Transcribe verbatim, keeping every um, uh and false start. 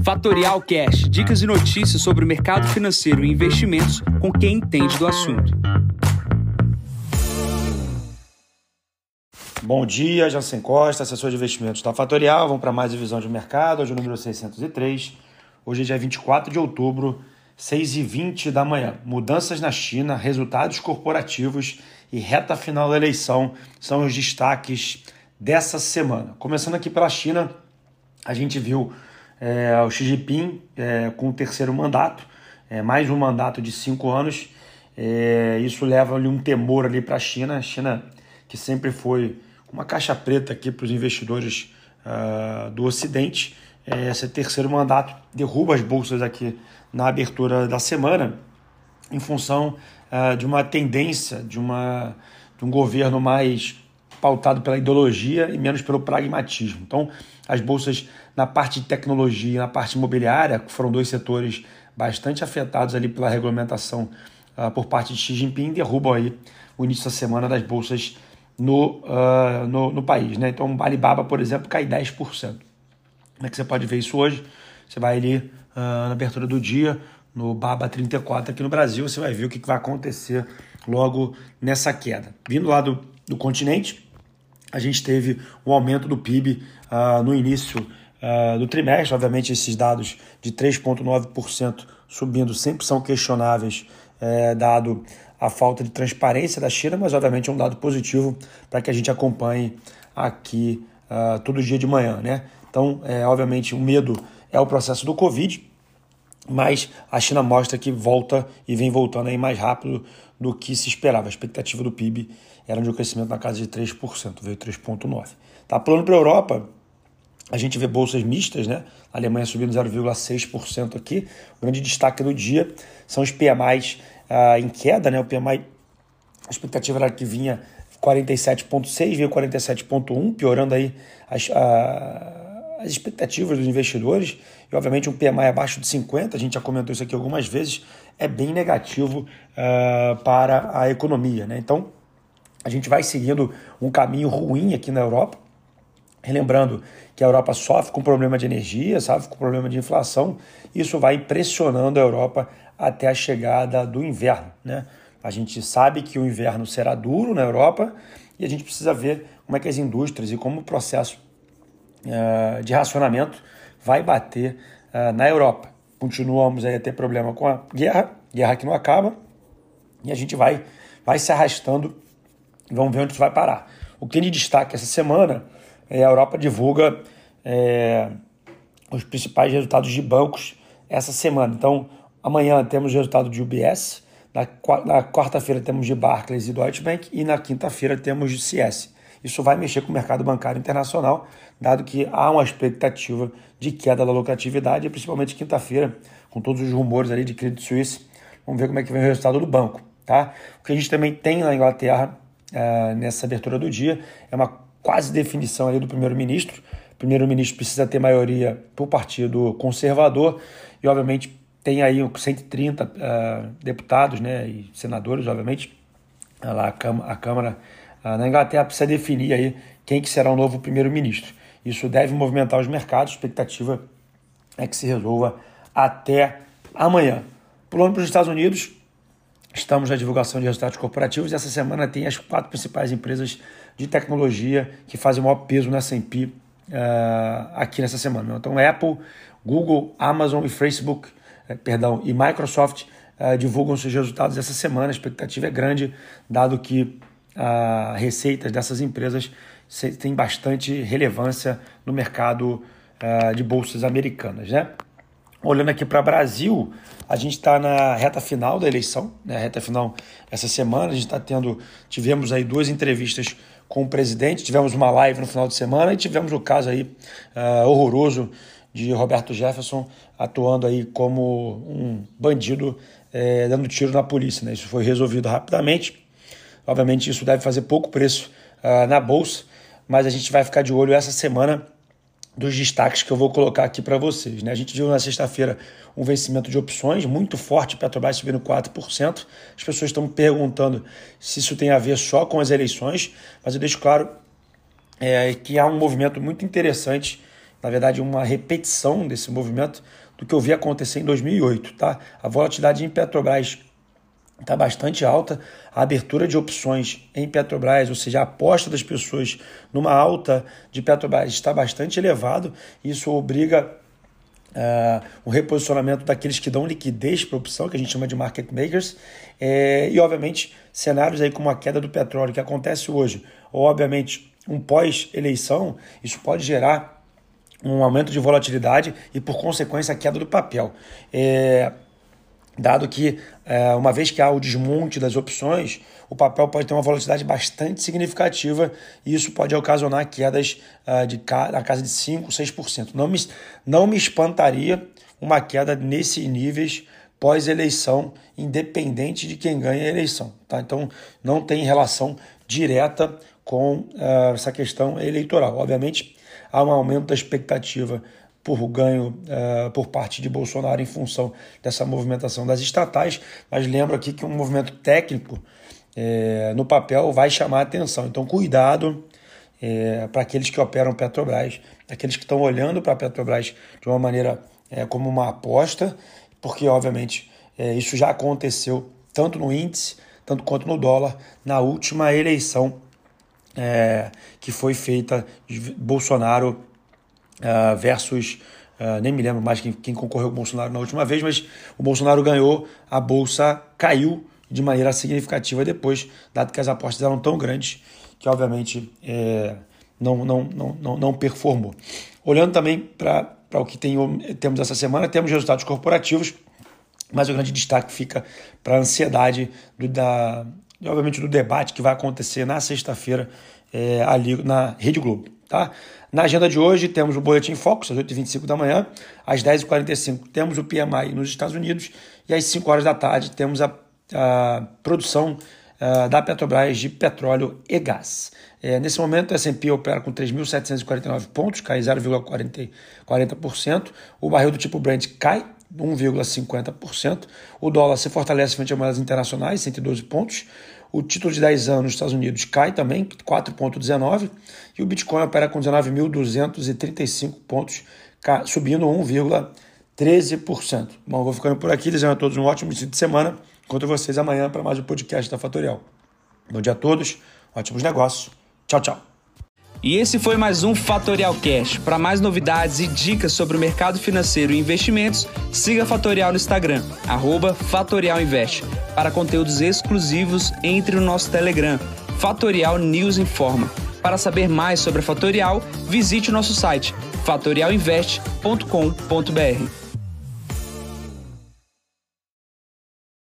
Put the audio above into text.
Fatorial Cash, dicas e notícias sobre o mercado financeiro e investimentos com quem entende do assunto. Bom dia, Jansen Costa, assessor de investimentos da Fatorial. Vamos para mais divisão de mercado, hoje é o número seiscentos e três. Hoje é dia vinte e quatro de outubro, seis e vinte da manhã. Mudanças na China, resultados corporativos e reta final da eleição são os destaques dessa semana. Começando aqui pela China, a gente viu é, o Xi Jinping é, com o terceiro mandato, é, mais um mandato de cinco anos. É, isso leva ali um temor ali para a China, a China que sempre foi uma caixa preta aqui para os investidores uh, do Ocidente. É, esse terceiro mandato derruba as bolsas aqui na abertura da semana em função uh, de uma tendência, de, uma, de um governo mais pautado pela ideologia e menos pelo pragmatismo. Então, as bolsas na parte de tecnologia e na parte imobiliária, que foram dois setores bastante afetados ali pela regulamentação uh, por parte de Xi Jinping, derrubam aí o início da semana das bolsas no, uh, no, no país, né? Então, o Alibaba, por exemplo, cai dez por cento. Como é que você pode ver isso hoje? Você vai ali uh, na abertura do dia, no Baba trinta e quatro aqui no Brasil, você vai ver o que vai acontecer logo nessa queda. Vindo lá do, do continente, a gente teve um aumento do P I B uh, no início uh, do trimestre. Obviamente, esses dados de três vírgula nove por cento subindo sempre são questionáveis, é, dado a falta de transparência da China, mas obviamente é um dado positivo para que a gente acompanhe aqui uh, todo dia de manhã, né? Então, é, obviamente, o medo é o processo do Covid, mas a China mostra que volta e vem voltando aí mais rápido do que se esperava. A expectativa do P I B era de um crescimento na casa de três por cento, veio três vírgula nove por cento. Tá pulando para a Europa, a gente vê bolsas mistas, né? A Alemanha subindo zero vírgula seis por cento aqui. O grande destaque do dia são os P M Is ah, em queda, né? O P M I, a expectativa era que vinha quarenta e sete vírgula seis, veio quarenta e sete vírgula um, piorando aí as, a, as expectativas dos investidores. E, obviamente, um P M I abaixo de cinquenta, a gente já comentou isso aqui algumas vezes, é bem negativo uh, para a economia, né? Então, a gente vai seguindo um caminho ruim aqui na Europa. Relembrando que a Europa sofre com problema de energia, sofre com problema de inflação. Isso vai pressionando a Europa até a chegada do inverno, né? A gente sabe que o inverno será duro na Europa e a gente precisa ver como é que as indústrias e como o processo uh, de racionamento vai bater uh, na Europa. Continuamos aí a ter problema com a guerra, guerra que não acaba, e a gente vai, vai se arrastando e vamos ver onde isso vai parar. O que de destaque essa semana é a Europa divulga é, os principais resultados de bancos essa semana. Então, amanhã temos o resultado de U B S, na, na quarta-feira temos de Barclays e Deutsche Bank e na quinta-feira temos de C S. Isso vai mexer com o mercado bancário internacional, dado que há uma expectativa de queda da lucratividade, principalmente quinta-feira, com todos os rumores ali de Credit Suisse. Vamos ver como é que vem o resultado do banco, tá? O que a gente também tem na Inglaterra, uh, nessa abertura do dia, é uma quase definição ali do primeiro-ministro. O primeiro-ministro precisa ter maioria para o Partido Conservador e, obviamente, tem aí cento e trinta uh, deputados, né, e senadores, obviamente. Lá a Câmara, a Câmara uh, na Inglaterra precisa definir aí quem que será o novo primeiro-ministro. Isso deve movimentar os mercados. A expectativa é que se resolva até amanhã. Pulando para os Estados Unidos, estamos na divulgação de resultados corporativos e essa semana tem as quatro principais empresas de tecnologia que fazem o maior peso na S and P uh, aqui nessa semana. Então, Apple, Google, Amazon e Facebook, eh, perdão, e Microsoft uh, divulgam seus resultados essa semana. A expectativa é grande, dado que as uh, receitas dessas empresas têm bastante relevância no mercado uh, de bolsas americanas, né? Olhando aqui para o Brasil, a gente está na reta final da eleição, né? Reta final essa semana, a gente está tendo, tivemos aí duas entrevistas com o presidente, tivemos uma live no final de semana e tivemos o caso aí uh, horroroso de Roberto Jefferson atuando aí como um bandido, eh, dando tiro na polícia, né? Isso foi resolvido rapidamente. Obviamente isso deve fazer pouco preço uh, na bolsa, mas a gente vai ficar de olho essa semana dos destaques que eu vou colocar aqui para vocês, né? A gente viu na sexta-feira um vencimento de opções muito forte, Petrobras subindo quatro por cento. As pessoas estão me perguntando se isso tem a ver só com as eleições, mas eu deixo claro é, que há um movimento muito interessante na verdade, uma repetição desse movimento do que eu vi acontecer em dois mil e oito. Tá? A volatilidade em Petrobras está bastante alta, a abertura de opções em Petrobras, ou seja, a aposta das pessoas numa alta de Petrobras está bastante elevado, isso obriga uh, o reposicionamento daqueles que dão liquidez para a opção, que a gente chama de market makers, é, e obviamente cenários aí como a queda do petróleo que acontece hoje, ou obviamente um pós-eleição, isso pode gerar um aumento de volatilidade e por consequência a queda do papel. É, Dado que, uma vez que há o desmonte das opções, o papel pode ter uma volatilidade bastante significativa e isso pode ocasionar quedas de, na casa de cinco, seis por cento. Não me, não me espantaria uma queda nesses níveis pós-eleição, independente de quem ganha a eleição. Tá? Então, não tem relação direta com uh, essa questão eleitoral. Obviamente, há um aumento da expectativa por ganho uh, por parte de Bolsonaro em função dessa movimentação das estatais, mas lembro aqui que um movimento técnico eh, no papel vai chamar a atenção. Então, cuidado eh, para aqueles que operam Petrobras, aqueles que estão olhando para a Petrobras de uma maneira eh, como uma aposta, porque, obviamente, eh, isso já aconteceu tanto no índice, tanto quanto no dólar, na última eleição eh, que foi feita de Bolsonaro Uh, versus, uh, nem me lembro mais quem, quem concorreu com o Bolsonaro na última vez, mas o Bolsonaro ganhou, a Bolsa caiu de maneira significativa depois, dado que as apostas eram tão grandes que obviamente é, não, não, não, não, não performou. Olhando também para o que tem, temos essa semana, temos resultados corporativos, mas o grande destaque fica para a ansiedade do, da, obviamente do debate que vai acontecer na sexta-feira é, ali na Rede Globo. Tá? Na agenda de hoje temos o Boletim Focus, às oito e vinte e cinco da manhã, às dez e quarenta e cinco temos o P M I nos Estados Unidos e às cinco horas da tarde temos a, a produção uh, da Petrobras de petróleo e gás. É, nesse momento, o S and P opera com três mil setecentos e quarenta e nove pontos, cai zero vírgula quarenta por cento, o barril do tipo Brent cai um vírgula cinquenta por cento, o dólar se fortalece frente a moedas internacionais, cento e doze pontos, o título de dez anos nos Estados Unidos cai também, quatro vírgula dezenove, e o Bitcoin opera com dezenove mil duzentos e trinta e cinco pontos, subindo um vírgula treze por cento. Bom, vou ficando por aqui, desejando a todos um ótimo início de semana. Encontro vocês amanhã para mais um podcast da Fatorial. Bom dia a todos, ótimos negócios. Tchau, tchau. E esse foi mais um Fatorial Cash. Para mais novidades e dicas sobre o mercado financeiro e investimentos, siga a Fatorial no Instagram, arroba Fatorial Invest. Para conteúdos exclusivos, entre no nosso Telegram, Fatorial News Informa. Para saber mais sobre a Fatorial, visite o nosso site fatorial invest ponto com ponto b r.